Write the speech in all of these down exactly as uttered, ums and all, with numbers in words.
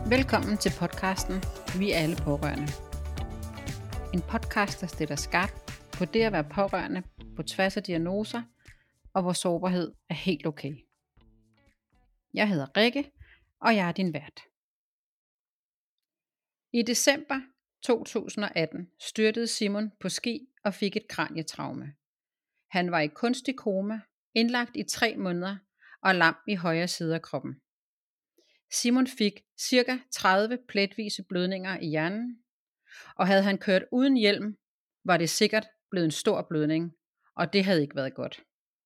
Velkommen til podcasten Vi er alle pårørende. En podcast, der stiller skarpt på det at være pårørende på tværs af diagnoser, og hvor sårbarhed er helt okay. Jeg hedder Rikke, og jeg er din vært. I december to tusind og atten styrtede Simon på ski og fik et kranietraume. Han var i kunstig koma, indlagt i tre måneder og lam i højre side af kroppen. Simon fik ca. tredive pletvise blødninger i hjernen, og havde han kørt uden hjelm, var det sikkert blevet en stor blødning, og det havde ikke været godt.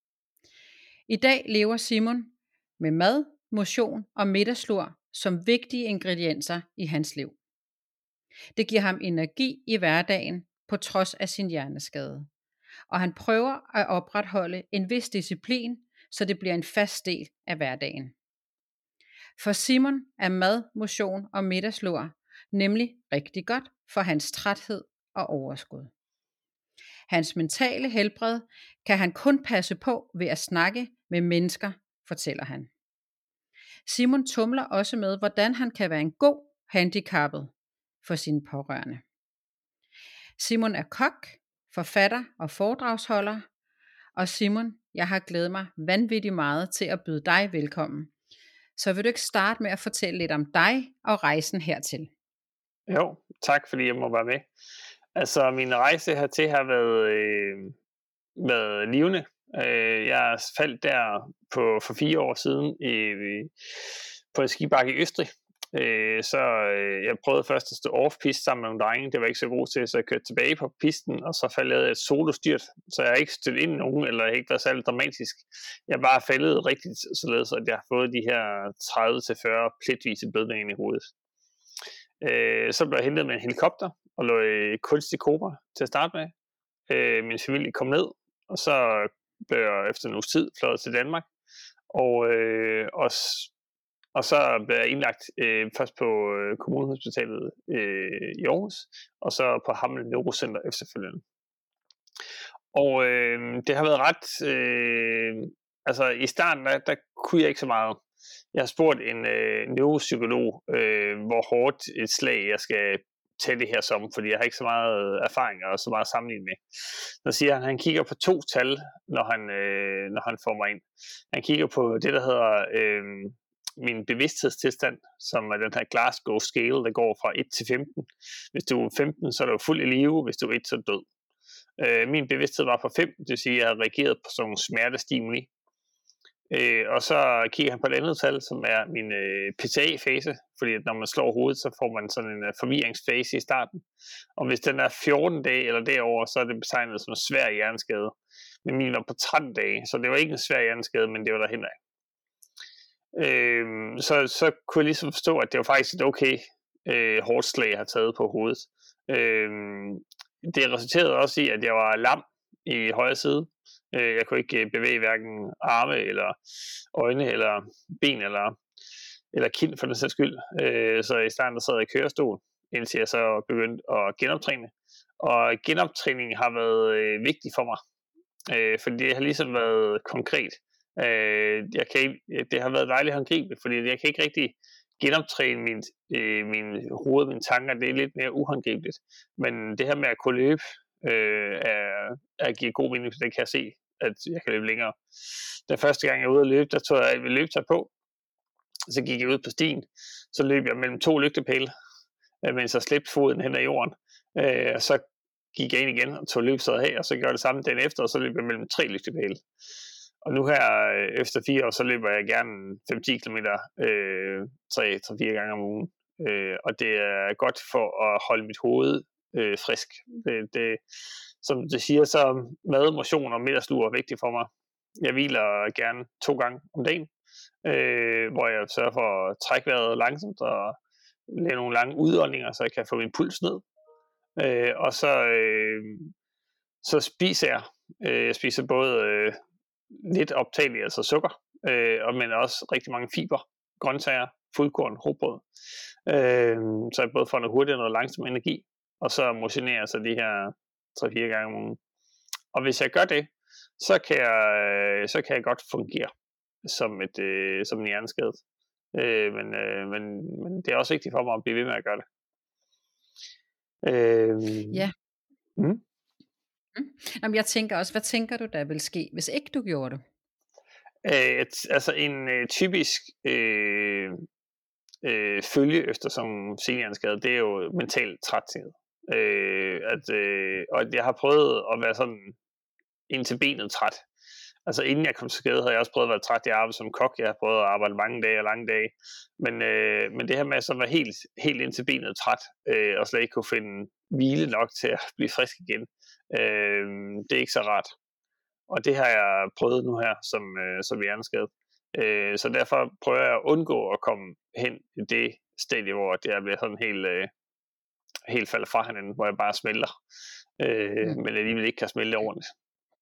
I dag lever Simon med mad, motion og middagslur som vigtige ingredienser i hans liv. Det giver ham energi i hverdagen på trods af sin hjerneskade, og han prøver at opretholde en vis disciplin, så det bliver en fast del af hverdagen. For Simon er mad, motion og middagslur nemlig rigtig godt for hans træthed og overskud. Hans mentale helbred kan han kun passe på ved at snakke med mennesker, fortæller han. Simon tumler også med, hvordan han kan være en god handicappet for sine pårørende. Simon er kok, forfatter og foredragsholder, og Simon, jeg har glædet mig vanvittigt meget til at byde dig velkommen. Så vil du ikke starte med at fortælle lidt om dig og rejsen hertil? Jo, tak fordi jeg må være med. Altså min rejse hertil har været, øh, været livende. Øh, jeg faldt der på, for fire år siden i, på en skibakke i Østrig. Øh, så øh, jeg prøvede først at stå off-piste sammen med nogle drenge. Det var ikke så god til, så jeg kørte tilbage på pisten, og så faldt jeg et solostyrt. Så jeg har ikke stødt ind nogen, eller ikke været særlig dramatisk. Jeg har bare faldet rigtigt, således at jeg har fået de her tredive til fyrre pletvise blødninger i hovedet. Øh, så blev jeg hentet med en helikopter og lå i kunstig koma til at starte med. Øh, min familie kom ned, og så blev jeg efter en uges tid fløjet til Danmark. Og, øh, og, og så blev jeg indlagt øh, først på øh, kommunehospitalet øh, i Aarhus, og så på Hammel Neurocenter efterfølgende. Og øh, det har været ret... Øh, altså i starten, der, der kunne jeg ikke så meget. Jeg har spurgt en øh, neuropsykolog, øh, hvor hårdt et slag jeg skal tage det her som, fordi jeg har ikke så meget erfaring og så meget sammenlignet med. Så siger han, at han kigger på to tal, når han, øh, når han får mig ind. Han kigger på det, der hedder øh, min bevidsthedstilstand, som er den her Glasgow scale, der går fra et til femten. Hvis du er femten, så er du fuld i live, hvis du er et, så er du død. Øh, min bevidsthed var på fem, det vil sige, at jeg havde reageret på sådan nogle smertestimuli. Øh, og så kigger han på et andet tal, som er min øh, P T A-fase, fordi når man slår hovedet, så får man sådan en uh, forvirringsfase i starten. Og hvis den er fjorten dage eller derover, så er det betegnet som en svær hjerneskade. Men min var på tretten dage, så det var ikke en svær hjerneskade, men det var derhen af. Øh, så, så kunne jeg ligesom forstå, at det var faktisk et okay øh, hårdt slag, jeg har taget på hovedet. Øh, det resulterede også i, at jeg var lam i højre side. Jeg kunne ikke bevæge hverken arme eller øjne eller ben eller, eller kind for den sags skyld. Så i starten der sad jeg i kørestol, indtil jeg så begyndte at genoptræne. Og genoptræningen har været vigtig for mig, fordi det har ligesom været konkret. Jeg kan ikke, det har været dejligt håndgribeligt, fordi jeg kan ikke rigtig genoptræne min, min hoved, mine tanker. Det er lidt mere uhåndgribeligt. Men det her med at kunne løbe, Øh, er, er giver god mening, for det kan jeg se, at jeg kan løbe længere. Den første gang jeg var ude at løbe, der tog jeg et løbetøj på, så gik jeg ud på stien, så løb jeg mellem to lygtepæle, øh, mens jeg slæbte foden hen ad jorden, øh, og så gik jeg ind igen og tog løbetøjet af, og så gjorde det samme den efter, og så løb jeg mellem tre lygtepæle. Og nu her, øh, efter fire år, så løber jeg gerne fem til ti kilometer øh, tre til fire gange om ugen, øh, og det er godt for at holde mit hoved Øh, frisk. Det, det, som det siger, så mad, motion og middagslur er vigtigt for mig. Jeg hviler gerne to gange om dagen, øh, hvor jeg sørger for at trække vejret langsomt og lave nogle lange udåndinger, så jeg kan få min puls ned. Øh, og så, øh, så spiser jeg. Øh, jeg spiser både øh, lidt optageligt, altså sukker, øh, men også rigtig mange fiber, grøntsager, fuldkorn, rugbrød. Øh, så jeg både får noget hurtigt og noget langsom energi. Og så motionerer jeg så de her tre til fire gange om ugen. Og hvis jeg gør det, så kan jeg, så kan jeg godt fungere som, et, øh, som en hjerneskade. Øh, men, øh, men, men det er også vigtigt for mig at blive ved med at gøre det. Øh, Ja. mm. Mm. Jamen, jeg tænker også, hvad tænker du, der vil ske, hvis ikke du gjorde det? Øh, altså en øh, typisk øh, øh, følge efter sådan en senhjerneskade, det er jo mental træthed. Øh, at, øh, og jeg har prøvet at være sådan ind til benet træt. Altså inden jeg kom til skade, havde jeg også prøvet at være træt. Jeg arbejdede som kok, jeg har prøvet at arbejde mange dage og lange dage. Men, øh, men det her med at være helt, helt ind til benet træt, øh, og slet ikke kunne finde hvile nok til at blive frisk igen, øh, det er ikke så rart. Og det har jeg prøvet nu her som, øh, som hjerneskadet. Øh, så derfor prøver jeg at undgå at komme hen i det stadie, hvor jeg bliver sådan helt, øh, helt faldet fra hinanden, hvor jeg bare smelter, øh, mm. men alligevel ikke kan smelte ordentligt.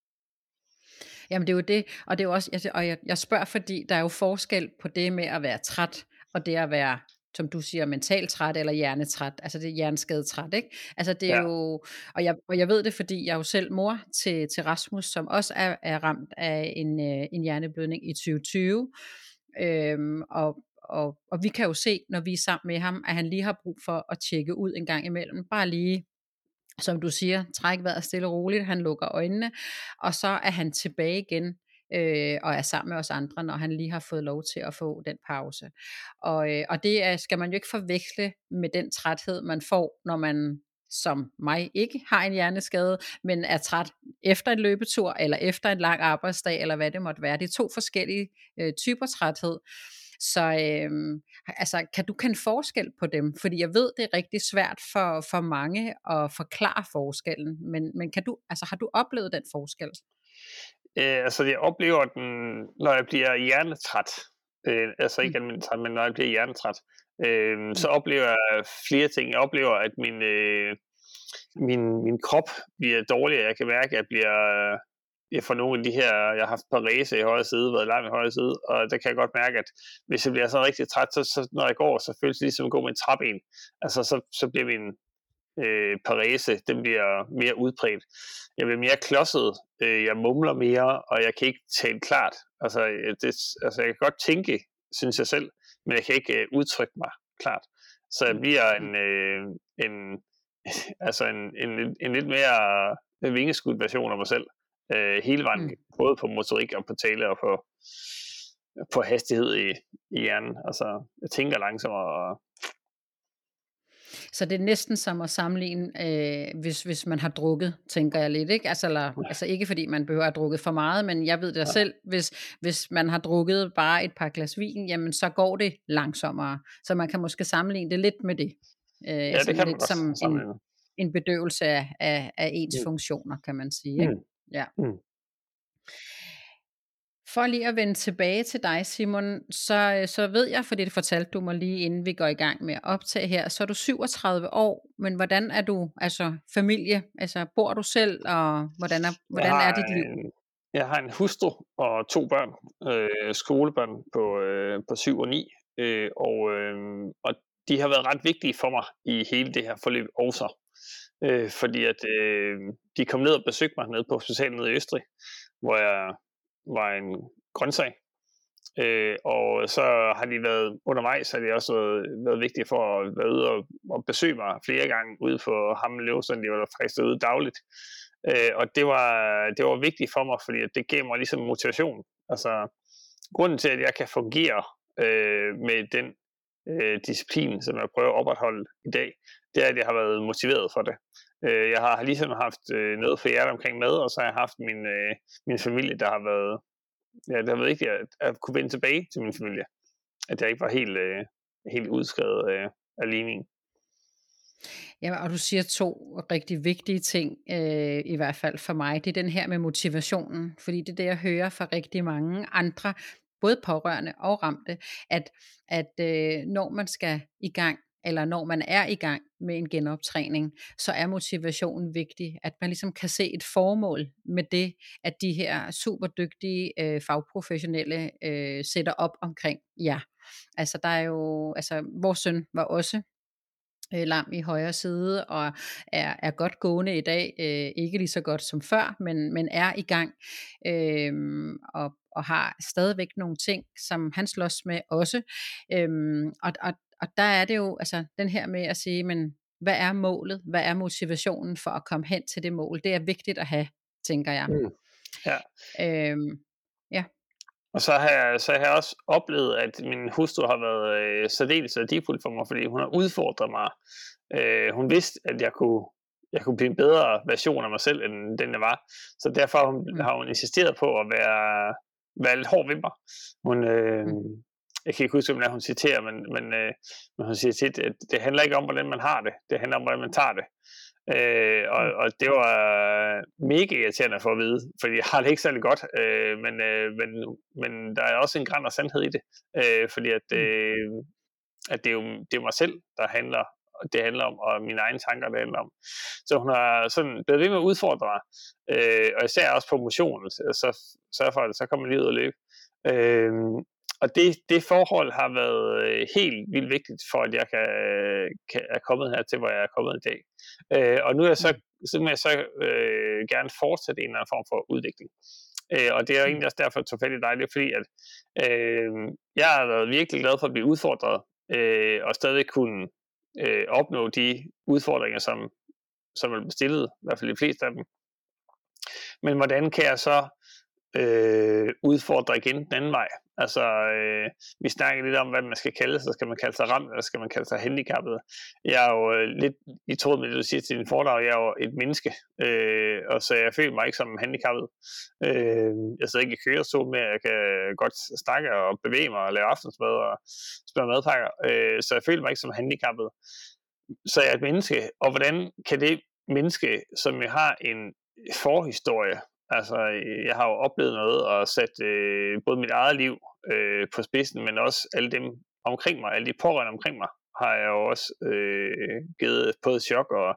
Jamen det er jo det, og det er jo også, jeg, og jeg, jeg spørger, fordi der er jo forskel på det med at være træt, og det at være, som du siger, mentalt træt eller hjernetræt, altså det er hjerneskadetræt, ikke? Altså det er ja. jo, og jeg, og jeg ved det, fordi jeg er jo selv mor til, til Rasmus, som også er, er ramt af en, en hjerneblødning i tyve tyve, øhm, og, og, og vi kan jo se, når vi er sammen med ham, at han lige har brug for at tjekke ud en gang imellem, bare lige, som du siger, træk vejret stille og roligt, han lukker øjnene, og så er han tilbage igen, øh, og er sammen med os andre, når han lige har fået lov til at få den pause. Og, øh, og det er, skal man jo ikke forveksle med den træthed, man får, når man som mig ikke har en hjerneskade, men er træt efter en løbetur, eller efter en lang arbejdsdag, eller hvad det måtte være. Det er to forskellige øh, typer træthed. Så øh, altså, kan du kende forskel på dem? Fordi jeg ved, det er rigtig svært for, for mange at forklare forskellen, men, men kan du, altså, har du oplevet den forskel? Øh, altså jeg oplever den, når jeg bliver hjernetræt, øh, altså ikke mm. almindeligt træt, men når jeg bliver hjernetræt, øh, mm. så oplever jeg flere ting. Jeg oplever, at min, øh, min, min krop bliver dårligere. Jeg kan mærke, at jeg bliver... Jeg får nogle af de her, jeg har haft parese i højre side, været langt i højre side, og der kan jeg godt mærke, at hvis jeg bliver så rigtig træt, så, så når jeg går, så føles det ligesom at gå med en trapeen. Altså så, så bliver min øh, parese, den bliver mere udbredt. Jeg bliver mere klodset, øh, jeg mumler mere, og jeg kan ikke tale klart. Altså, det, altså jeg kan godt tænke, synes jeg selv, men jeg kan ikke øh, udtrykke mig klart. Så jeg bliver en, øh, en, altså en, en, en lidt mere vingeskudt version af mig selv. Øh, hele vejen, mm. både på motorik og på tale og på, på hastighed i, i hjernen. Altså, jeg tænker langsommere. Og... Så det er næsten som at sammenligne, øh, hvis, hvis man har drukket, tænker jeg lidt, ikke? Altså, eller, ja. altså ikke fordi man behøver at have drukket for meget, men jeg ved det ja. selv, hvis, hvis man har drukket bare et par glas vin, jamen så går det langsommere. Så man kan måske sammenligne det lidt med det. Øh, ja, altså det kan lidt man som en, en bedøvelse af, af, af ens mm. funktioner, kan man sige, ikke? Mm. Ja. Mm. For lige at vende tilbage til dig, Simon, så, så ved jeg, for det fortalte du mig lige inden vi går i gang med at optage her, så er du syvogtredive år, men hvordan er du, altså familie, altså bor du selv, og hvordan er, hvordan er dit liv? En, jeg har en hustru og to børn, øh, skolebørn på, øh, på syv og ni, øh, og, øh, og de har været ret vigtige for mig i hele det her forløb også, øh, fordi at øh, de kom ned og besøgte mig nede på hospitalet nede i Østrig, hvor jeg var en grøntsag. Øh, og så har de været undervejs, har de også været, været vigtige for at være ude og, og besøge mig flere gange ude på Hammel Løvstrand. De var der faktisk ude dagligt. Øh, og det var, det var vigtigt for mig, fordi det gav mig ligesom motivation. Altså, grunden til, at jeg kan fungere øh, med den øh, disciplin, som jeg prøver at opretholde i dag, det er, at jeg har været motiveret for det. Øh, jeg har ligesom haft øh, noget for hjertet omkring mad, og så har jeg haft min, øh, min familie, der har været, ja, det har været vigtigt at, at kunne vende tilbage til min familie. At jeg ikke var helt, øh, helt udskrevet øh, af ligningen. Ja, og du siger to rigtig vigtige ting, øh, i hvert fald for mig. Det er den her med motivationen, fordi det er det, jeg hører fra rigtig mange andre, både pårørende og ramte, at, at øh, når man skal i gang, eller når man er i gang med en genoptræning, så er motivationen vigtig, at man ligesom kan se et formål med det, at de her super dygtige øh, fagprofessionelle øh, sætter op omkring jer. Altså der er jo, altså vores søn var også øh, lam i højre side og er, er godt gående i dag. Øh, ikke lige så godt som før, men, men er i gang. Øhm, og, og har stadigvæk nogle ting, som han slås med også. Øhm, og, og, og der er det jo altså den her med at sige, men hvad er målet? Hvad er motivationen for at komme hen til det mål? Det er vigtigt at have, tænker jeg. Mm. Ja. Øhm, ja. Og så har, jeg, så har jeg også oplevet, at min hustru har været øh, særdeles værdifuld for mig, fordi hun har udfordret mig. Øh, hun vidste, at jeg kunne, jeg kunne blive en bedre version af mig selv, end den jeg var. Så derfor har hun, Mm. har hun insisteret på at være, være lidt hård ved mig. Hun, øh, Mm. Jeg kan ikke huske, hvem det er, hun citerer, men, men, øh, men hun siger tit, at det handler ikke om, hvordan man har det. Det handler om, hvordan man tager det. Øh, og, Mm. og det var mega irriterende for at vide, fordi jeg har det ikke særlig godt, øh, men, øh, men, men der er også en gran af sandhed i det, øh, fordi at, øh, at det, er jo, det er mig selv, der handler, det handler om, og mine egne tanker, det handler om. Så hun har sådan blevet ved med at udfordre mig, øh, og især også på motionen, så sørger for, at så kommer lige ud og løbe. Øh, Og det, det forhold har været helt vildt vigtigt for, at jeg kan, kan, er kommet her til, hvor jeg er kommet i dag. Øh, og nu er jeg så, så må jeg så øh, gerne fortsætte en eller anden form for udvikling. Øh, og det er jo egentlig også derfor, at jeg tog fat i dig, det er fordi, at øh, jeg har været virkelig glad for at blive udfordret, øh, og stadig kunne øh, opnå de udfordringer, som, som er bestillet, i hvert fald de fleste af dem. Men hvordan kan jeg så øh, udfordre igen den anden vej? Altså, øh, vi snakker lidt om, hvad man skal kalde sig. Skal man kalde sig ramt, eller skal man kalde sig handicappet? Jeg er jo øh, lidt i tråd med det, du siger til din foredrag. Jeg er jo et menneske, øh, og så jeg føler mig ikke som handicappet. Øh, jeg sidder ikke i kørestol med, jeg kan godt snakke og bevæge mig og lave aftensmad og spørge madpakker. Øh, så jeg føler mig ikke som handicappet. Så jeg er et menneske, og hvordan kan det menneske, som jeg har en forhistorie, altså, jeg har jo oplevet noget og sat øh, både mit eget liv øh, på spidsen, men også alle dem omkring mig, alle de pårørende omkring mig, har jeg jo også øh, givet på et chok og,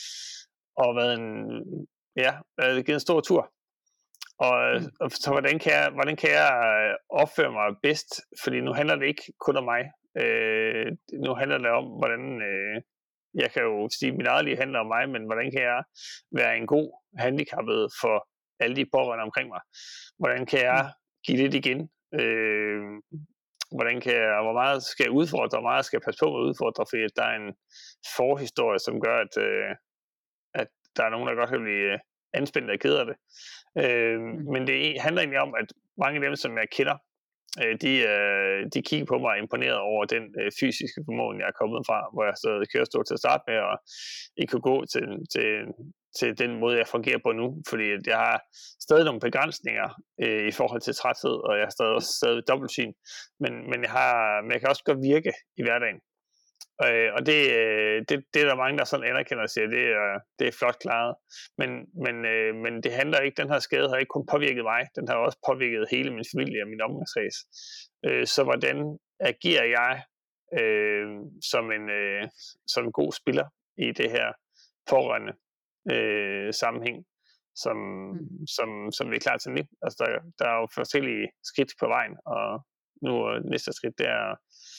og været en, ja, givet en stor tur. Og, mm. og så hvordan kan, jeg, hvordan kan jeg opføre mig bedst? Fordi nu handler det ikke kun om mig. Øh, nu handler det om, hvordan... Øh, jeg kan jo sige, at mit eget liv handler om mig, men hvordan kan jeg være en god handicappet for alle de pårørende omkring mig? Hvordan kan jeg give lidt igen? Øh, hvordan kan jeg, hvor meget skal jeg udfordre, hvor meget skal jeg passe på med at udfordre, fordi der er en forhistorie, som gør, at, øh, at der er nogen, der godt kan blive anspændt og ked af det. Øh, mm. Men det handler egentlig om, at mange af dem, som jeg kender, De, de kigger på mig og er imponeret over den fysiske formåen, jeg er kommet fra, hvor jeg stod i kørestol til at starte med, og ikke kunne gå til, til, til den måde, jeg fungerer på nu, fordi jeg har stadig nogle begrænsninger øh, i forhold til træthed, og jeg har stadig også stadig dobbeltsyn, men, men, jeg har, men jeg kan også godt virke i hverdagen. Øh, og det, det, det er der mange, der sådan anerkender og siger, det er, det er flot klaret. Men, men, øh, men det handler ikke, den her skade har ikke kun påvirket mig, den har også påvirket hele min familie og min omgangskreds. Øh, så hvordan agerer jeg øh, som, en, øh, som en god spiller i det her pårørende øh, sammenhæng, som, mm. som, som vi er klar til nu? Altså, der, der er jo forskellige skridt på vejen, og nu næste skridt, det er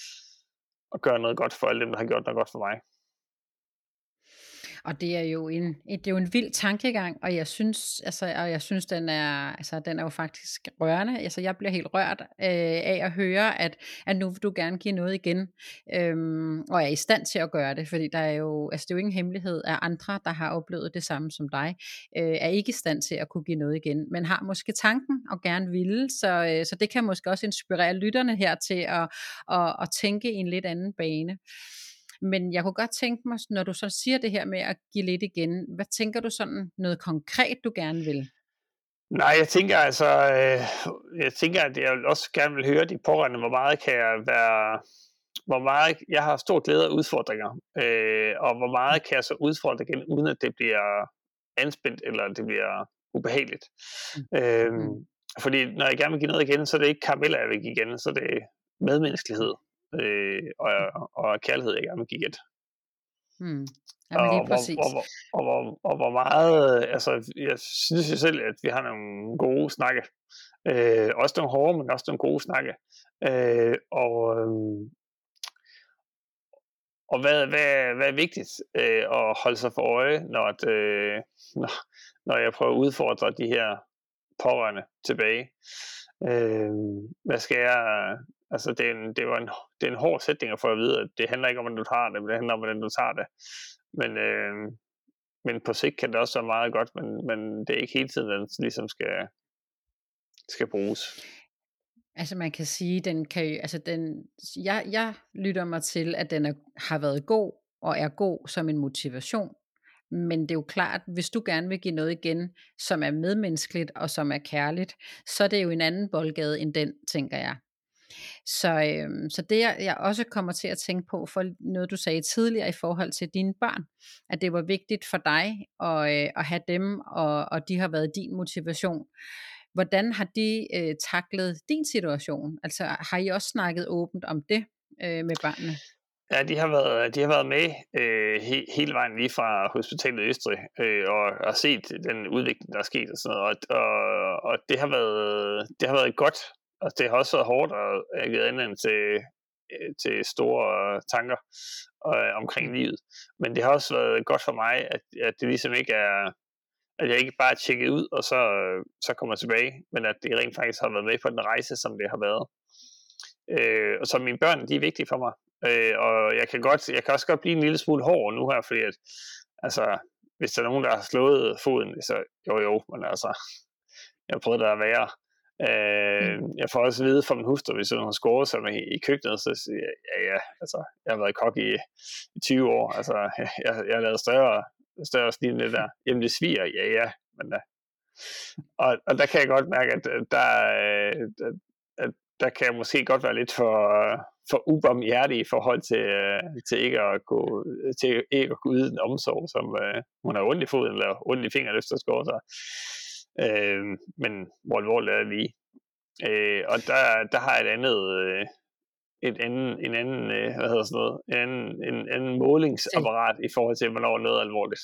og gøre noget godt for alle dem, der har gjort noget godt for mig. Og det er jo en, det er jo en vild tankegang, og jeg synes, altså, og jeg synes den er, altså, den er jo faktisk rørende. Altså, jeg bliver helt rørt øh, af at høre, at, at nu vil du gerne give noget igen, øhm, og er i stand til at gøre det, fordi der er jo, altså, det er jo ingen hemmelighed, at andre, der har oplevet det samme som dig, øh, er ikke i stand til at kunne give noget igen, men har måske tanken og gerne ville, så, øh, så det kan måske også inspirere lytterne her til at, at, at tænke i en lidt anden bane. Men jeg kunne godt tænke mig, når du så siger det her med at give lidt igen, hvad tænker du sådan noget konkret, du gerne vil? Nej, jeg tænker altså, øh, jeg tænker, at jeg også gerne vil høre de pårørende, hvor meget kan jeg være, hvor meget, jeg har stor glæde af udfordringer, øh, og hvor meget kan jeg så udfordre igen, uden at det bliver anspændt, eller det bliver ubehageligt. Mm. Øh, fordi når jeg gerne vil give noget igen, så er det ikke karameller, jeg vil give igen, så er det medmenneskelighed. Øh, og, og kærlighed, jeg gerne vil give igen. Hmm. Jamen, lige og, præcis. og, og, og, og, og hvor meget, altså jeg synes jo selv, at vi har nogle gode snakke, øh, også nogle hårde, men også nogle gode snakke, øh, og, øh, og hvad, hvad, hvad er vigtigt øh, at holde sig for øje, når, at, øh, når, når jeg prøver at udfordre de her pårørende tilbage. Øh, hvad skal jeg... Altså, det er, en, det, var en, det er en hård sætning at få at vide, at det handler ikke om, hvordan du tager det, men det handler om, hvordan du tager det. Men, øh, men på sigt kan det også være meget godt, men, men det er ikke hele tiden, at det ligesom skal, skal bruges. Altså man kan sige, den kan jo- altså den, jeg, jeg lytter mig til, at den er, har været god og er god som en motivation. Men det er jo klart, hvis du gerne vil give noget igen, som er medmenneskeligt og som er kærligt, så er det jo en anden boldgade end den, tænker jeg. Så, øhm, så det jeg, jeg også kommer til at tænke på, for noget du sagde tidligere i forhold til dine børn, at det var vigtigt for dig at, øh, at have dem, og, og de har været din motivation. Hvordan har de øh, taklet din situation? Altså har I også snakket åbent om det øh, med børnene? Ja, de har været, de har været med øh, he, hele vejen lige fra hospitalet i Østrig, øh, og, og set den udvikling, der er sket og sådan noget. Og, og, og det har været, det har været godt. Og det har også været hårdt og givet anledning til, øh, til store tanker øh, omkring livet. Men det har også været godt for mig, at, at det ligesom ikke er, at jeg ikke bare er tjekket ud, og så, så kommer tilbage, men at det rent faktisk har været med på den rejse, som det har været. Øh, og så mine børn, de er vigtige for mig. Øh, og jeg kan, godt, jeg kan også godt blive en lille smule hård nu her, fordi at, altså, hvis der er nogen, der har slået foden, så jo jo, men altså, jeg har prøvet det at være. Øh, Mm. jeg får også at vide fra min hustru, hvis hun har skåret sig i, i køkkenet, så siger jeg, ja, ja, altså, jeg har været kok i, i tyve år, altså, jeg, jeg, jeg har lavet større, større snit end det der. Jamen, det sviger, ja, ja, men da. Og, og der kan jeg godt mærke, at der, at, at der kan jeg måske godt være lidt for, for ubarmhjertig i forhold til, til ikke at gå til ikke at gå yde en omsorg, som uh, hun har ondt i foden eller ondt i fingeren efter at skåre sig. Øh, men hvor alvorligt er det lige? Øh, og der, der har jeg et andet, øh, et anden, en anden, øh, hvad hedder sådan noget, en anden, en anden målingsapparat i forhold til, hvornår noget er alvorligt.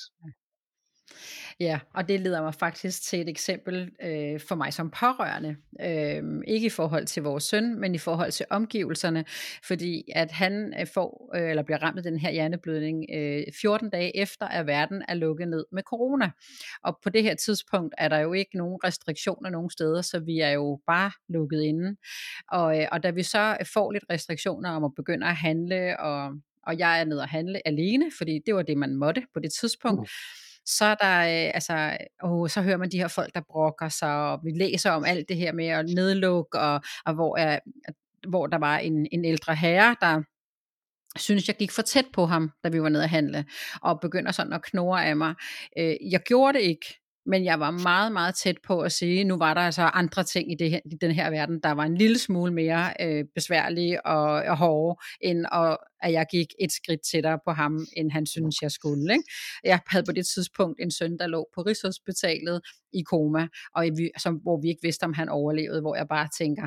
Ja, og det leder mig faktisk til et eksempel øh, for mig som pårørende. Øh, ikke i forhold til vores søn, men i forhold til omgivelserne, fordi at han øh, får øh, eller bliver ramt af den her hjerneblødning øh, fjorten dage efter, at verden er lukket ned med corona. Og på det her tidspunkt er der jo ikke nogen restriktioner nogen steder, så vi er jo bare lukket inde. Og, øh, og da vi så får lidt restriktioner om at begynde at handle, og, og jeg er nede og handle alene, fordi det var det, man måtte på det tidspunkt, Mm. så er der, øh, altså, åh, så hører man de her folk, der brokker sig, og vi læser om alt det her med at nedlukke, og, og hvor, er, hvor der var en, en ældre herre, der synes, jeg gik for tæt på ham, da vi var nede at handle, og begynder sådan at knurre af mig. Øh, jeg gjorde det ikke, men jeg var meget, meget tæt på at sige, nu var der altså andre ting i, det her, i den her verden, der var en lille smule mere øh, besværlige og, og hårde, end at, at jeg gik et skridt tættere på ham, end han synes, jeg skulle. Ikke? Jeg havde på det tidspunkt en søn, der lå på Rigshospitalet i koma, og vi, som, hvor vi ikke vidste, om han overlevede, hvor jeg bare tænker,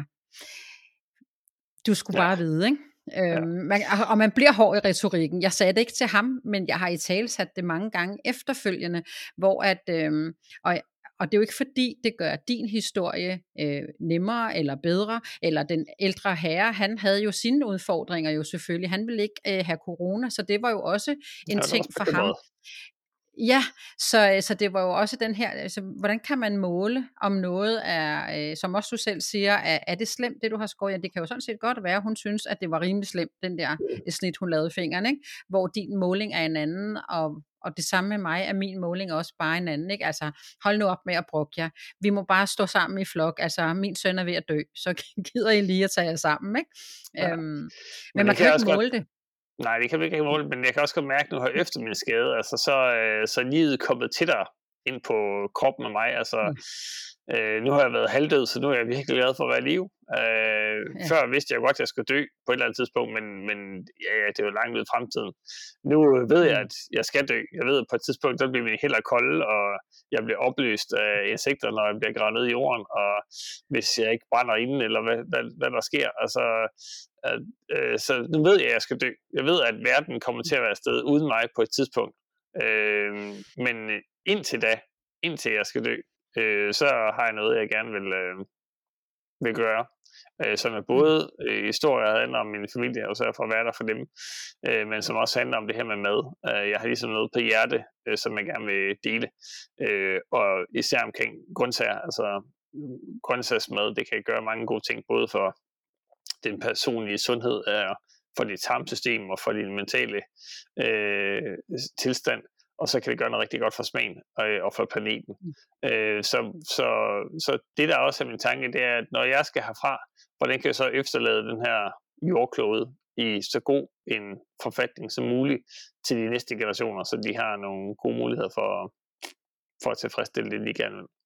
du skulle Ja. bare vide, ikke? Ja. Øhm, man, og man bliver hård i retorikken. Jeg sagde det ikke til ham, men jeg har i tale sat det mange gange efterfølgende, hvor at, øhm, og, og det er jo ikke fordi, det gør din historie øh, nemmere eller bedre, eller den ældre herre, han havde jo sine udfordringer jo selvfølgelig. Han ville ikke øh, have corona, så det var jo også en Ja, ting for ham. Ja, så, så det var jo også den her, altså, hvordan kan man måle, om noget er, øh, som også du selv siger, er, er det slemt, det du har skåret? Ja, det kan jo sådan set godt være, hun synes, at det var rimelig slemt, den der det snit, hun lavede i fingeren, ikke? Hvor din måling er en anden, og, og det samme med mig, er min måling også bare en anden, ikke? Altså, hold nu op med at brokke jer. Vi må bare stå sammen i flok, altså, min søn er ved at dø, så gider I lige at tage jer sammen, ikke? Ja. Øhm, men, men man kan jo ikke måle godt... det. Nej, det kan vi ikke måle, men jeg kan også godt mærke nu her efter min skade, altså så, øh, så er livet kommet tættere ind på kroppen med mig. Altså, Mm. øh, nu har jeg været halvdød, så nu er jeg virkelig glad for at være i live. Øh, Ja. Før vidste jeg godt, at jeg skulle dø på et eller andet tidspunkt, men, men ja, ja, det er jo langt ud i fremtiden. Nu ved jeg, at jeg skal dø. Jeg ved, at på et tidspunkt, der bliver mine hænder kolde, og jeg bliver opløst af insekter, når jeg bliver gravet ned i jorden, og hvis jeg ikke brænder inden, eller hvad, hvad, hvad der sker. Altså, at, øh, så nu ved jeg, at jeg skal dø. Jeg ved, at verden kommer til at være afsted uden mig på et tidspunkt. Øh, men indtil da, indtil jeg skal dø, øh, så har jeg noget, jeg gerne vil, øh, vil gøre, øh, som er Mm. både øh, historier, der handler om min familie, og så for at være der for dem, øh, men som også handler om det her med mad. Øh, jeg har ligesom noget på hjerte, øh, som jeg gerne vil dele, øh, og især omkring grøntsager, altså grøntsagsmad, det kan gøre mange gode ting, både for den personlige sundhed, er for dit tarmsystem og for din mentale øh, tilstand, og så kan det gøre noget rigtig godt for smagen øh, og for planeten. Øh, så, så, så det der også er min tanke, det er, at når jeg skal herfra, hvordan kan jeg så efterlade den her jordklode i så god en forfatning som muligt til de næste generationer, så de har nogle gode muligheder for, for at tilfredsstille det, de gerne vil.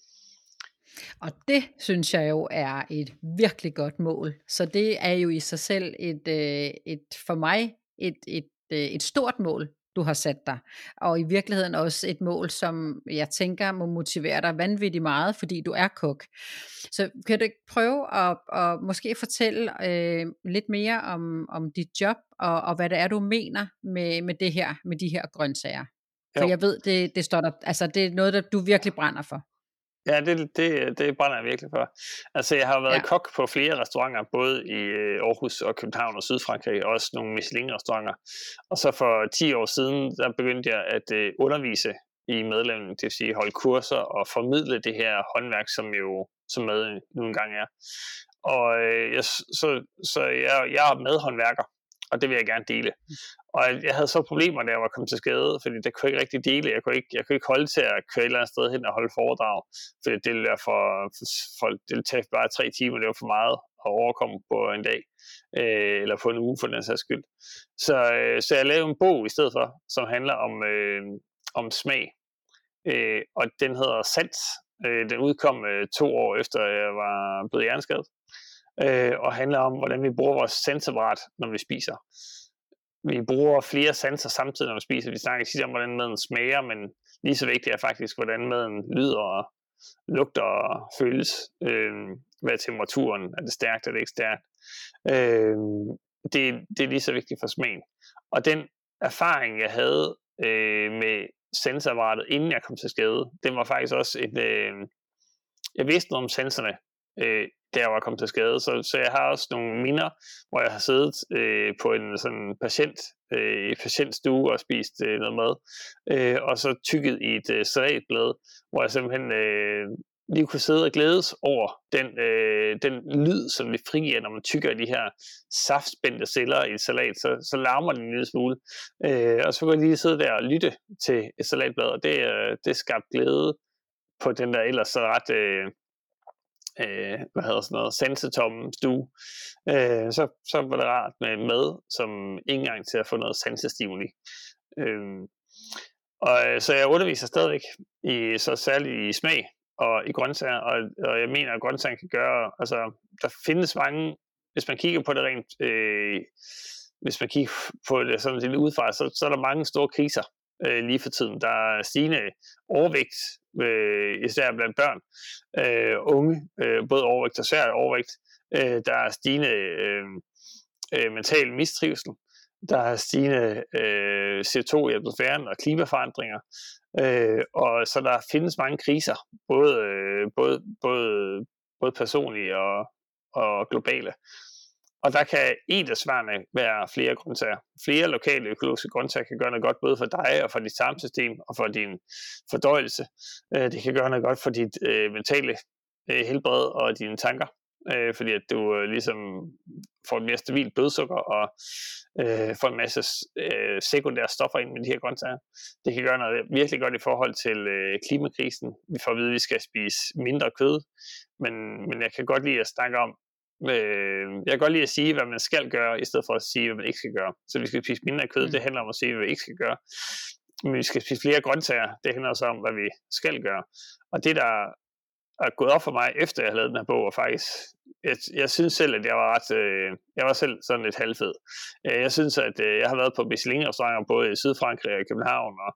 Og det synes jeg jo er et virkelig godt mål. Så det er jo i sig selv et, et for mig et, et, et stort mål, du har sat dig. Og i virkeligheden også et mål, som jeg tænker må motivere dig vanvittigt meget, fordi du er kok. Så kan du ikke prøve at, at måske fortælle øh, lidt mere om, om dit job, og, og hvad det er, du mener med, med det her, med de her grøntsager? For Jo. jeg ved, det, det står der, altså det er noget, der du virkelig brænder for. Ja, det, det, det brænder jeg virkelig for. Altså, jeg har været ja. kok på flere restauranter, både i Aarhus og København og Sydfrankrig, og også nogle Michelin-restauranter. Og så for ti år siden, der begyndte jeg at uh, undervise i madlavning, det vil sige holde kurser og formidle det her håndværk, som jo som mad nu engang er. Og uh, jeg, så, så jeg, jeg er medhåndværker, og det vil jeg gerne dele. Og jeg havde så problemer, da jeg var kommet til skade, fordi det kunne jeg ikke rigtig dele. Jeg kunne ikke, jeg kunne ikke holde til at køre et eller andet sted hen og holde foredrag, fordi det ville for, for det ville tage bare tre timer, det var for meget at overkomme på en dag, øh, eller på en uge for den sags skyld. Så, øh, så jeg lavede en bog i stedet for, som handler om, øh, om smag, øh, og den hedder Sans. Øh, den udkom øh, to år efter jeg var blevet hjerneskadet, øh, og handler om, hvordan vi bruger vores sansapparat, når vi spiser. Vi bruger flere sanser samtidig, når vi spiser. Vi snakker ikke om, hvordan maden smager, men lige så vigtigt er faktisk, hvordan maden lyder og lugter og føles. Øh, hvad er temperaturen? Er det stærkt? Er det ikke stærkt? Øh, det, det er lige så vigtigt for smagen. Og den erfaring, jeg havde øh, med sansapparatet, inden jeg kom til skade, den var faktisk også et... Øh, jeg vidste noget om sanserne, øh, da jeg var kommet til skade, så, så jeg har også nogle minder, hvor jeg har siddet øh, på en sådan patient, øh, i patientstue og spist øh, noget mad, øh, og så tykket i et øh, salatblad, hvor jeg simpelthen øh, lige kunne sidde og glædes over den, øh, den lyd, som det frigiver, når man tykker i de her saftspændte celler i et salat, så, så larmer den en lille smule. Øh, og så kunne jeg lige sidde der og lytte til et salatblad, og det, øh, det skabte glæde på den der ellers så ret... Øh, Øh, hvad hedder sådan noget, sansetomme stue, øh, så, så var det rart med mad, som ikke engang til at få noget sansestimuli. Øh, og så jeg underviser stadigvæk, i, så særligt i smag og i grøntsager, og, og jeg mener, at grøntsager kan gøre, altså der findes mange, hvis man kigger på det rent, øh, hvis man kigger på det sådan lidt udefra, så, så er der mange store kriser øh, lige for tiden. Der er stigende overvægt, øh, især blandt børn, øh, unge, øh, både overvægt og svær overvægt. Øh, der er stigende øh, øh, mental mistrivsel. Der er stigende øh, C O to i atmosfæren og klimaforandringer. Øh, og så der findes mange kriser, både, øh, både, både, både personlige og, og globale. Og der kan en af svarene være flere grøntsager. Flere lokale økologiske grøntsager kan gøre noget godt, både for dig og for dit tarmsystem og for din fordøjelse. Det kan gøre noget godt for dit øh, mentale øh, helbred og dine tanker, øh, fordi at du øh, ligesom får et mere stabilt blodsukker og øh, får en masse øh, sekundære stoffer ind med de her grøntsager. Det kan gøre noget virkelig godt i forhold til øh, klimakrisen. Vi får at vide, at vi skal spise mindre kød, men, men jeg kan godt lide at snakke om, jeg kan godt lide at sige, hvad man skal gøre, i stedet for at sige, hvad man ikke skal gøre. Så vi skal spise mindre kød, mm. det handler om at sige, hvad vi ikke skal gøre. Men vi skal spise flere grøntsager, det handler også om, hvad vi skal gøre. Og det, der er gået op for mig, efter jeg har lavet den her bog, var faktisk, jeg, jeg synes selv, at jeg var ret, øh, jeg var selv sådan lidt halvfed. Jeg synes, at øh, jeg har været på Michelin-restauranter, både i Sydfrankrig og i København, og,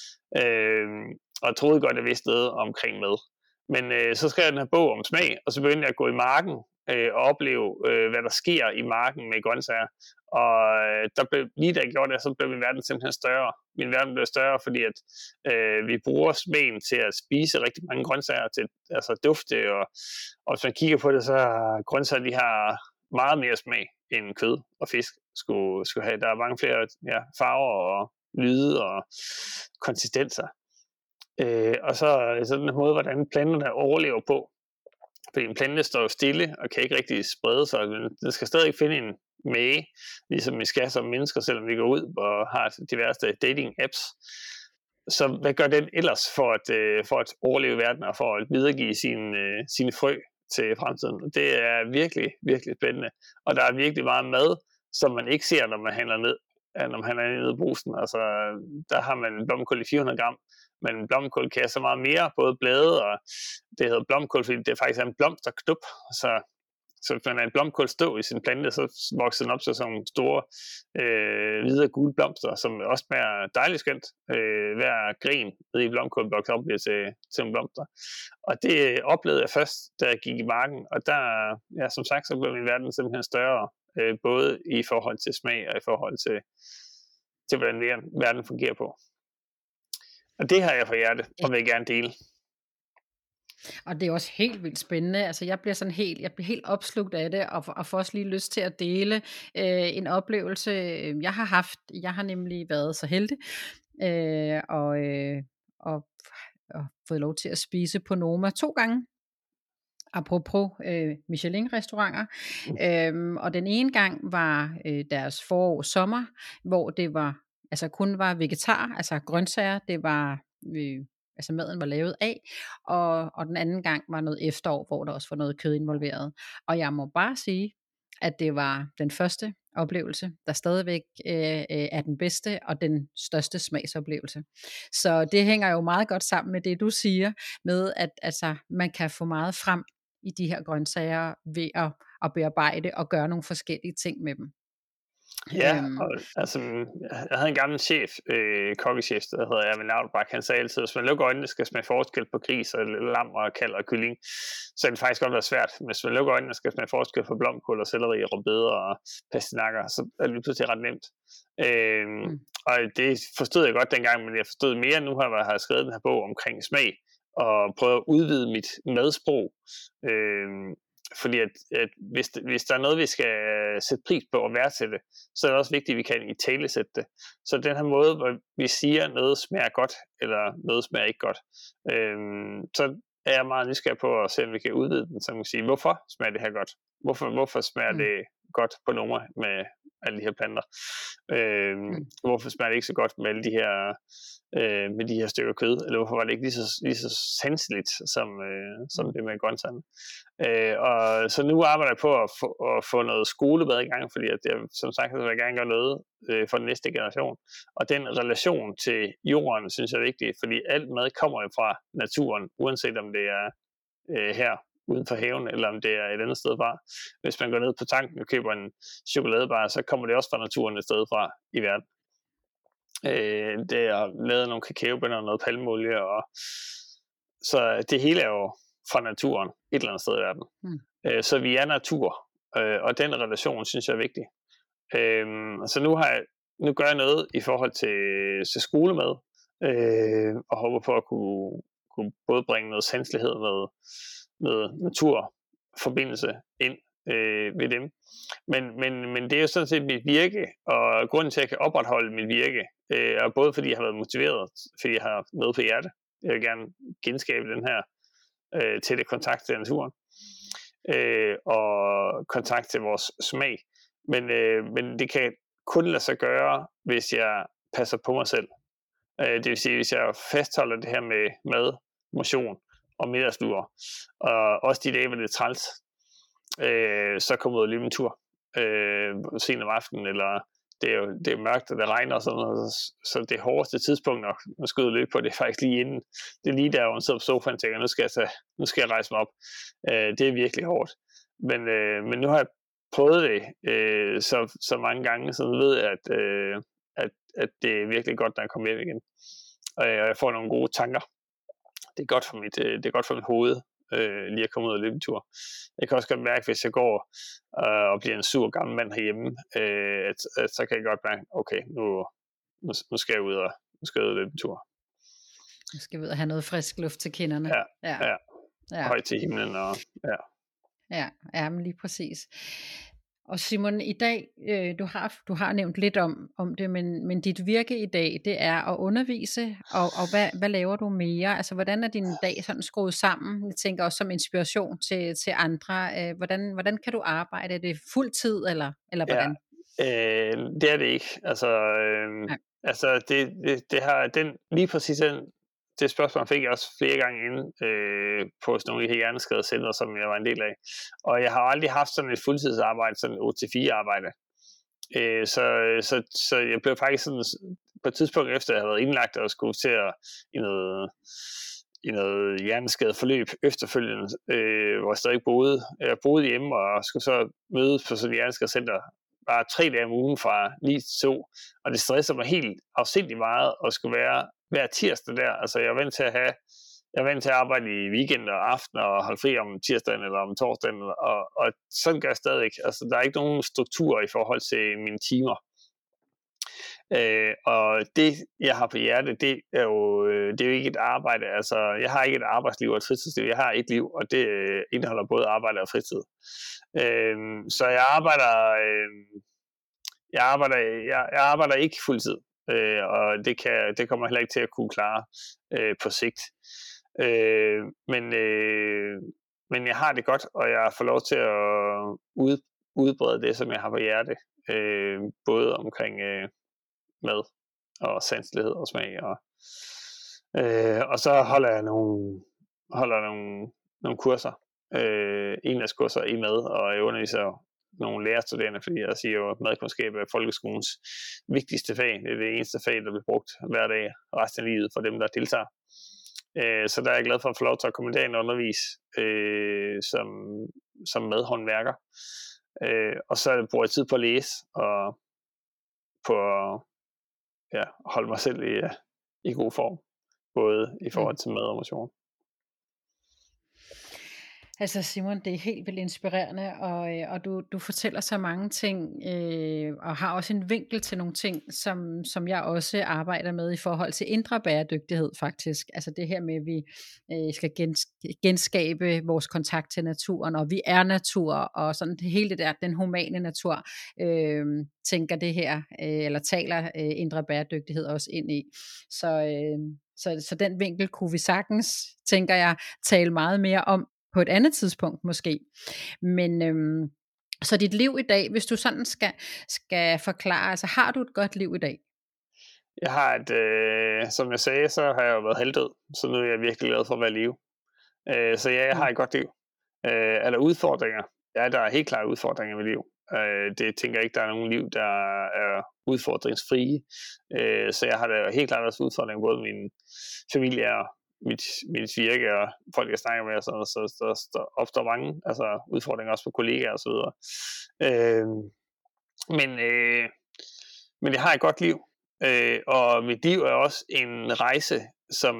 øh, og troede godt, at jeg vidste noget omkring mad. Men øh, så skrev jeg den her bog om smag, og så begyndte jeg at gå i marken øh, og opleve, øh, hvad der sker i marken med grøntsager. Og øh, der blev, lige da jeg gjorde det, så blev min verden simpelthen større. Min verden blev større, fordi at øh, vi bruger smagen til at spise rigtig mange grøntsager, til altså dufte, og, og hvis man kigger på det, så har grøntsager, de har meget mere smag end kød og fisk skulle, skulle have. Der er mange flere ja, farver og lyde og konsistenser. Øh, og så er det sådan en måde, hvordan planterne overlever på. Fordi en plante står jo stille og kan ikke rigtig sprede sig. Den skal stadig finde en mage, ligesom vi skal som mennesker, selvom vi går ud og har diverse dating-apps. Så hvad gør den ellers for at, for at overleve i verden og for at videregive sine, sine frø til fremtiden? Det er virkelig, virkelig spændende. Og der er virkelig meget mad, som man ikke ser, når man handler ned, når man handler ned i brusen. Altså, der har man blomkål i fire hundrede gram, men blomkål kan have så meget mere, både blade, og det hedder blomkål, fordi det faktisk er en blomsterknup. Så, så hvis man har en blomkål stå i sin plante, så vokser den op til sådan nogle store, øh, hvide gule blomster, som også smager dejligt skønt. Øh, hver gren nede i blomkål vokser op bliver til, til en blomster. Og det oplevede jeg først, da jeg gik i marken, og der, ja, som sagt, så blev min verden simpelthen større, øh, både i forhold til smag og i forhold til, til hvordan verden fungerer på. Og det har jeg på hjerte, og vil jeg gerne dele. Og det er også helt vildt spændende. Altså jeg bliver sådan helt, jeg bliver helt opslugt af det, og, og får også lige lyst til at dele øh, en oplevelse, jeg har haft. Jeg har nemlig været så heldig, øh, og, øh, og, og fået lov til at spise på Noma to gange. Apropos øh, Michelin-restauranter. Mm. Øhm, og den ene gang var øh, deres forår-sommer, hvor det var altså kun var vegetar, altså grøntsager, det var øh, altså maden var lavet af, og, og den anden gang var noget efterår, hvor der også var noget kød involveret. Og jeg må bare sige, at det var den første oplevelse, der stadigvæk øh, er den bedste og den største smagsoplevelse. Så det hænger jo meget godt sammen med det, du siger, med at altså, man kan få meget frem i de her grøntsager ved at, at bearbejde og gøre nogle forskellige ting med dem. Ja, øhm. og, altså, jeg havde en gammel chef, øh, kokkechef, der hedder Erwin Laudbach. Han sagde altid, at hvis man lukker øjnene, skal smage forskel på gris og lam og kalv og kylling. Så er det faktisk godt være svært. Hvis man lukker øjnene, skal smage forskel på blomkål og selleri og rødbeder og pastinakker, så er det lige pludselig ret nemt. Øhm, mm. Og det forstod jeg godt dengang, men jeg forstod mere nu, har jeg skrevet den her bog omkring smag og prøvet at udvide mit madsprog. Øhm, Fordi at, at hvis, hvis der er noget, vi skal sætte pris på og værdsætte, så er det også vigtigt, at vi kan i tale sætte det. Så den her måde, hvor vi siger, at noget smager godt, eller noget smager ikke godt, øhm, så er jeg meget nysgerrig på at se, om vi kan udvide den, så man kan sige, hvorfor smager det her godt? Hvorfor, hvorfor smager mm. det godt på nummer med alle de her planter? Øhm, mm. Hvorfor smager det ikke så godt med alle de her, øh, med de her stykker kød? Eller hvorfor var det ikke lige så, lige så sanseligt, som, øh, som det med grøntsagerne? Øh, og så nu arbejder jeg på at få, at få noget skolebad i gang, fordi at jeg, som sagt, vil jeg gerne gøre noget øh, for den næste generation. Og den relation til jorden, synes jeg er vigtig, fordi alt mad kommer jo fra naturen, uanset om det er øh, her uden for haven, eller om det er et andet sted fra. Hvis man går ned på tanken og køber en chokoladebar, så kommer det også fra naturen et sted fra i verden. Øh, det er lavet nogle kakaobønner og noget palmeolie, og så det hele er jo fra naturen et eller andet sted i verden. Mm. Øh, så vi er natur, øh, og den relation synes jeg er vigtig. Øh, så nu har jeg, nu gør jeg noget i forhold til, til skolemad, øh, og håber på at kunne, kunne både bringe noget sanselighed, noget, noget naturforbindelse ind øh, ved dem. Men, men, men det er jo sådan set mit virke, og grunden til at jeg kan opretholde mit virke, øh, er både fordi jeg har været motiveret, fordi jeg har noget på hjerte. Jeg vil gerne genskabe den her øh, tætte kontakt til naturen, øh, og kontakt til vores smag. Men, øh, men det kan kun lade sig gøre, hvis jeg passer på mig selv. Øh, det vil sige, hvis jeg fastholder det her med mad, motion og middagslure, og også de dage, hvor det er træls, øh, så kommer jeg ud og løbe en tur øh, sent om aftenen, eller det er jo det er mørkt, og det regner og sådan noget, så det hårdeste tidspunkt at man skal ud og løbe på, det er faktisk lige inden. Det er lige der, hvor man sidder på sofaen og tænker, nu skal jeg, tage, nu skal jeg rejse mig op. Øh, det er virkelig hårdt. Men, øh, men nu har jeg prøvet det øh, så, så mange gange, så jeg ved jeg, at, øh, at, at det er virkelig godt, når jeg kommer hjem igen. Og jeg får nogle gode tanker. Det er godt for mit, det er godt for mit hoved, øh, lige at komme ud og løbe en tur. Jeg kan også godt mærke, hvis jeg går øh, og bliver en sur gammel mand herhjemme, øh, at, at så kan jeg godt mærke, okay, nu, nu, nu skal jeg ud og, nu skal jeg ud og løbe en tur. Nu skal vi ud og have noget frisk luft til kinderne. Ja, ja. ja. ja. Højt til himlen. Og, ja. Ja, ja, men lige præcis. Og Simon, i dag, øh, du, har, du har nævnt lidt om, om det, men, men dit virke i dag, det er at undervise, og, og hvad, hvad laver du mere? Altså, hvordan er din dag sådan skruet sammen? Jeg tænker også som inspiration til, til andre. Øh, hvordan, hvordan kan du arbejde? Er det fuld tid, eller, eller hvordan? Ja, øh, det er det ikke. Altså, øh, ja. altså det, det, det har den, lige præcis den, det spørgsmål fik jeg også flere gange inde øh, på sådan nogle af de her hjerneskadecenter, som jeg var en del af. Og jeg har aldrig haft sådan et fuldtidsarbejde, sådan et otte til fire arbejde. Øh, så, så, så jeg blev faktisk sådan, på et tidspunkt efter, jeg havde været indlagt og skulle til at i noget, i noget hjerneskadet forløb efterfølgende, øh, hvor jeg stadig boede. Jeg boede hjemme og skulle så mødes på sådan et hjerneskadecenter bare tre dage om ugen fra ni til to, og det stresser mig helt afsindigt meget at skulle være hver tirsdag der. Altså jeg er vant til at have, jeg er vant til at arbejde i weekend og aften og holde fri om tirsdagen eller om torsdagen, og, og sådan gør jeg stadig. Altså der er ikke nogen struktur i forhold til mine timer. Øh, og det jeg har på hjerte, det er jo det er jo ikke et arbejde. Altså jeg har ikke et arbejdsliv og et fritidsliv. Jeg har et liv, og det indeholder både arbejde og fritid. Øh, så jeg arbejder øh, jeg arbejder jeg, jeg arbejder ikke fuldtid. Øh, og det, kan, det kommer heller ikke til at kunne klare øh, på sigt. Øh, men, øh, men jeg har det godt, og jeg får lov til at ud, udbrede det, som jeg har på hjerte. Øh, både omkring øh, mad og sanselighed og smag. Og, øh, og så holder jeg nogle, holder nogle, nogle kurser. Øh, endagskurser i mad, og jeg underviser nogle lærerstuderende, fordi jeg siger jo, at madkundskab er folkeskolens vigtigste fag. Det er det eneste fag, der bliver brugt hver dag resten af livet for dem, der deltager. Øh, så der er jeg glad for at få lov til at komme derind og undervise øh, som, som madhåndværker. Øh, og så bruger jeg tid på at læse og på at ja, holde mig selv i, i god form, både i forhold til mad og motion. Altså Simon, det er helt vildt inspirerende, og, og du, du fortæller så mange ting, øh, og har også en vinkel til nogle ting, som, som jeg også arbejder med i forhold til indre bæredygtighed faktisk. Altså det her med, at vi øh, skal gens, genskabe vores kontakt til naturen, og vi er natur, og sådan det hele det der, den humane natur, øh, tænker det her, øh, eller taler øh, indre bæredygtighed også ind i. Så, øh, så, så den vinkel kunne vi sagtens, tænker jeg, tale meget mere om på et andet tidspunkt måske. Men øhm, så dit liv i dag, hvis du sådan skal, skal forklare, altså har du et godt liv i dag? Jeg har et, øh, som jeg sagde, så har jeg jo været halvdød, så nu er jeg virkelig glad for at være i live. Øh, så ja, jeg har et godt liv. Øh, er der udfordringer? Ja, der er helt klart udfordringer i mit liv. Øh, det tænker jeg ikke, der er nogen liv, der er udfordringsfrie. Øh, så jeg har da helt klart også udfordringer, både min familie og mit, mit virke og folk, jeg snakker med, og sådan, så der, der opstår mange altså, udfordringer også på kollegaer og så videre. Øh, men, øh, men jeg har et godt liv, øh, og mit liv er også en rejse, som,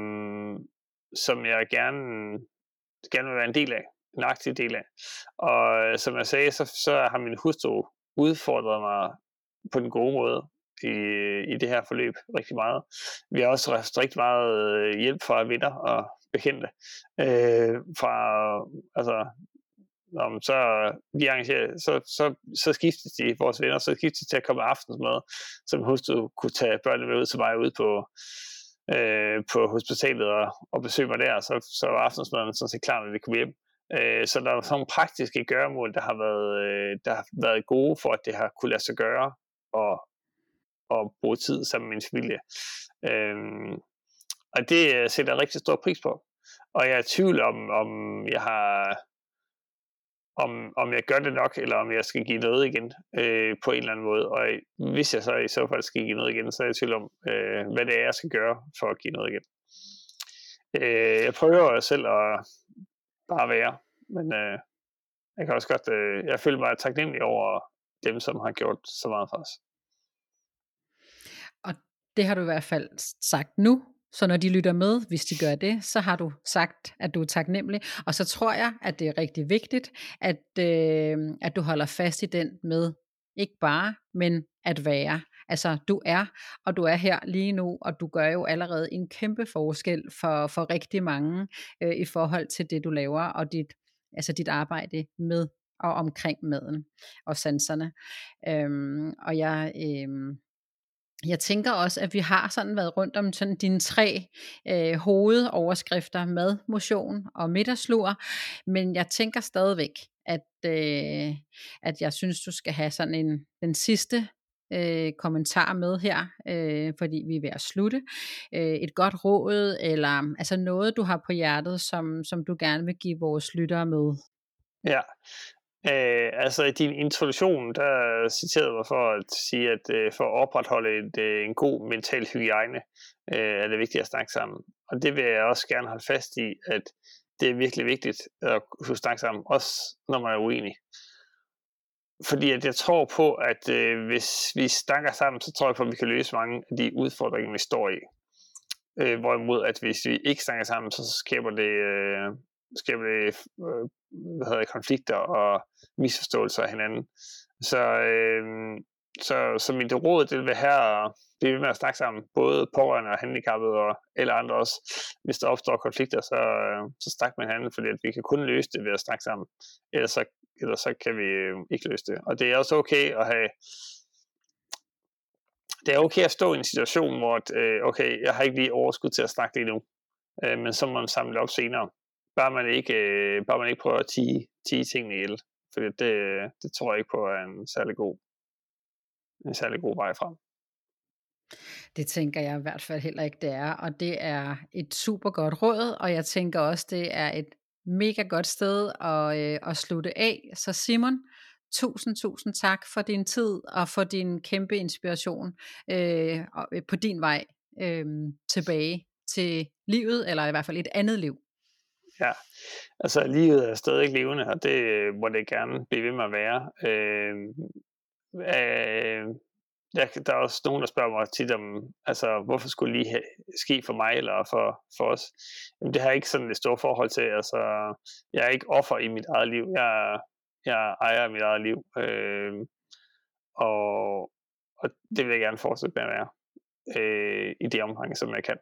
som jeg gerne, gerne vil være en del af, en aktiv del af. Og som jeg sagde, så, så har min hustru udfordret mig på den gode måde i, i det her forløb rigtig meget. Vi har også haft rigtig meget hjælp fra venner og bekendte. Øh, fra, altså, om så de arrangerer, så, så, så skiftes de, vores venner, så skiftes de til at komme aftensmad, så min hustru kunne tage børnene med ud til mig ude på, øh, på hospitalet og, og besøge mig der, så, så var aftensmaden sådan set klar, når de kom hjem. Øh, så der er sådan nogle praktiske gøremål, der har været, øh, der har været gode for, at det har kunne lade sig gøre, og og bruge tid sammen med min familie. Øhm, og det sætter jeg rigtig stor pris på. Og jeg er i tvivl om, om jeg har om, om jeg gør det nok, eller om jeg skal give noget igen øh, på en eller anden måde. Og hvis jeg så i så fald skal give noget igen, så er jeg i tvivl om, øh, hvad det er, jeg skal gøre for at give noget igen. Øh, jeg prøver selv at bare være, men øh, jeg kan også godt, øh, jeg føler mig taknemmelig over dem, som har gjort så meget for os. Og det har du i hvert fald sagt nu, Så når de lytter med, hvis de gør det, så har du sagt, at du er taknemmelig. Og så tror jeg, at det er rigtig vigtigt, at, øh, at du holder fast i den med ikke bare, men at være. Altså du er, og du er her lige nu, og du gør jo allerede en kæmpe forskel for, for rigtig mange øh, i forhold til det, du laver, og dit, altså dit arbejde med og omkring maden og sanserne. Øhm, og jeg... Øh, Jeg tænker også, at vi har sådan været rundt om sådan dine tre øh, hovedoverskrifter, mad, motion og middagslur, men jeg tænker stadigvæk, at, øh, at jeg synes, du skal have sådan en, den sidste øh, kommentar med her, øh, fordi vi er ved at slutte. Øh, et godt råd, eller altså noget, du har på hjertet, som, som du gerne vil give vores lyttere med. Ja, Øh, altså i din introduktion, der citerede mig for at sige, at øh, for at opretholde et, øh, en god mental hygiejne, øh, er det vigtigt at snakke sammen. Og det vil jeg også gerne holde fast i, at det er virkelig vigtigt at kunne snakke sammen, også når man er uenig. Fordi at jeg tror på, at øh, hvis vi snakker sammen, så tror jeg på, at vi kan løse mange af de udfordringer, vi står i. Øh, hvorimod, at hvis vi ikke snakker sammen, så skaber det... Øh, skaber det øh, hvad hedder det, konflikter og misforståelser af hinanden. Så, øh, så, så mit råd, det vil være her at blive ved med at snakke sammen, både pårørende og handicappede og eller andre også. Hvis der opstår konflikter, så, øh, så snak med hinanden, fordi at vi kan kun løse det ved at snakke sammen. Ellers så, ellers så kan vi øh, ikke løse det. Og det er også okay at have det er okay at stå i en situation, hvor øh, okay, jeg har ikke lige overskud til at snakke lige nu, øh, men så må man samle op senere. Bare man ikke, øh, bare man ikke prøver at tige, tige tingene ihjel. For det, det tror jeg ikke på er en særlig god, en særlig god vej frem. Det tænker jeg i hvert fald heller ikke, det er. Og det er et super godt råd, og jeg tænker også, det er et mega godt sted at, øh, at slutte af. Så Simon, tusind, tusind tak for din tid og for din kæmpe inspiration øh, på din vej øh, tilbage til livet, eller i hvert fald et andet liv. Ja, altså livet er stadig levende, og det må det gerne blive ved med at være. Øh, øh, der, der er også nogen, der spørger mig tit om, altså hvorfor skulle det lige have, ske for mig eller for, for os? Jamen, det har ikke sådan et stort forhold til. Altså, jeg er ikke offer i mit eget liv. Jeg, jeg ejer mit eget liv, øh, og, og det vil jeg gerne fortsætte med at være øh, i det omfang, som jeg kan.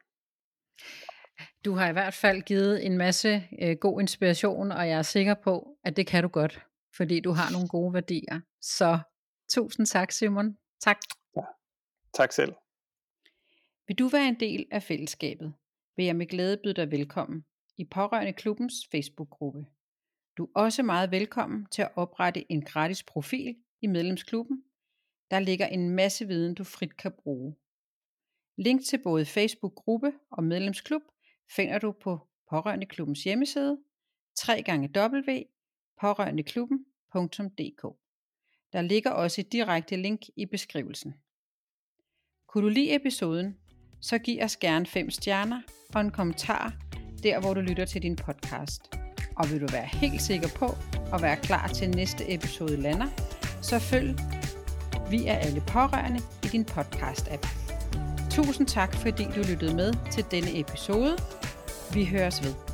Du har i hvert fald givet en masse øh, god inspiration, og jeg er sikker på, at det kan du godt, fordi du har nogle gode værdier. Så tusind tak, Simon. Tak. Ja, tak selv. Vil du være en del af fællesskabet, vil jeg med glæde byde dig velkommen i Pårørende Klubbens Facebook-gruppe. Du er også meget velkommen til at oprette en gratis profil i medlemsklubben. Der ligger en masse viden, du frit kan bruge. Link til både Facebook-gruppe og medlemsklub finder du på Pårørende Klubbens hjemmeside w w w punktum pårørendeklubben punktum d k. Der ligger også et direkte link i beskrivelsen. Kunne du lide episoden, så giv os gerne fem stjerner og en kommentar der, hvor du lytter til din podcast. Og vil du være helt sikker på at være klar til næste episode lander, så følg Vi er alle pårørende i din podcast-app. Tusind tak, fordi du lyttede med til denne episode. Vi høres ved.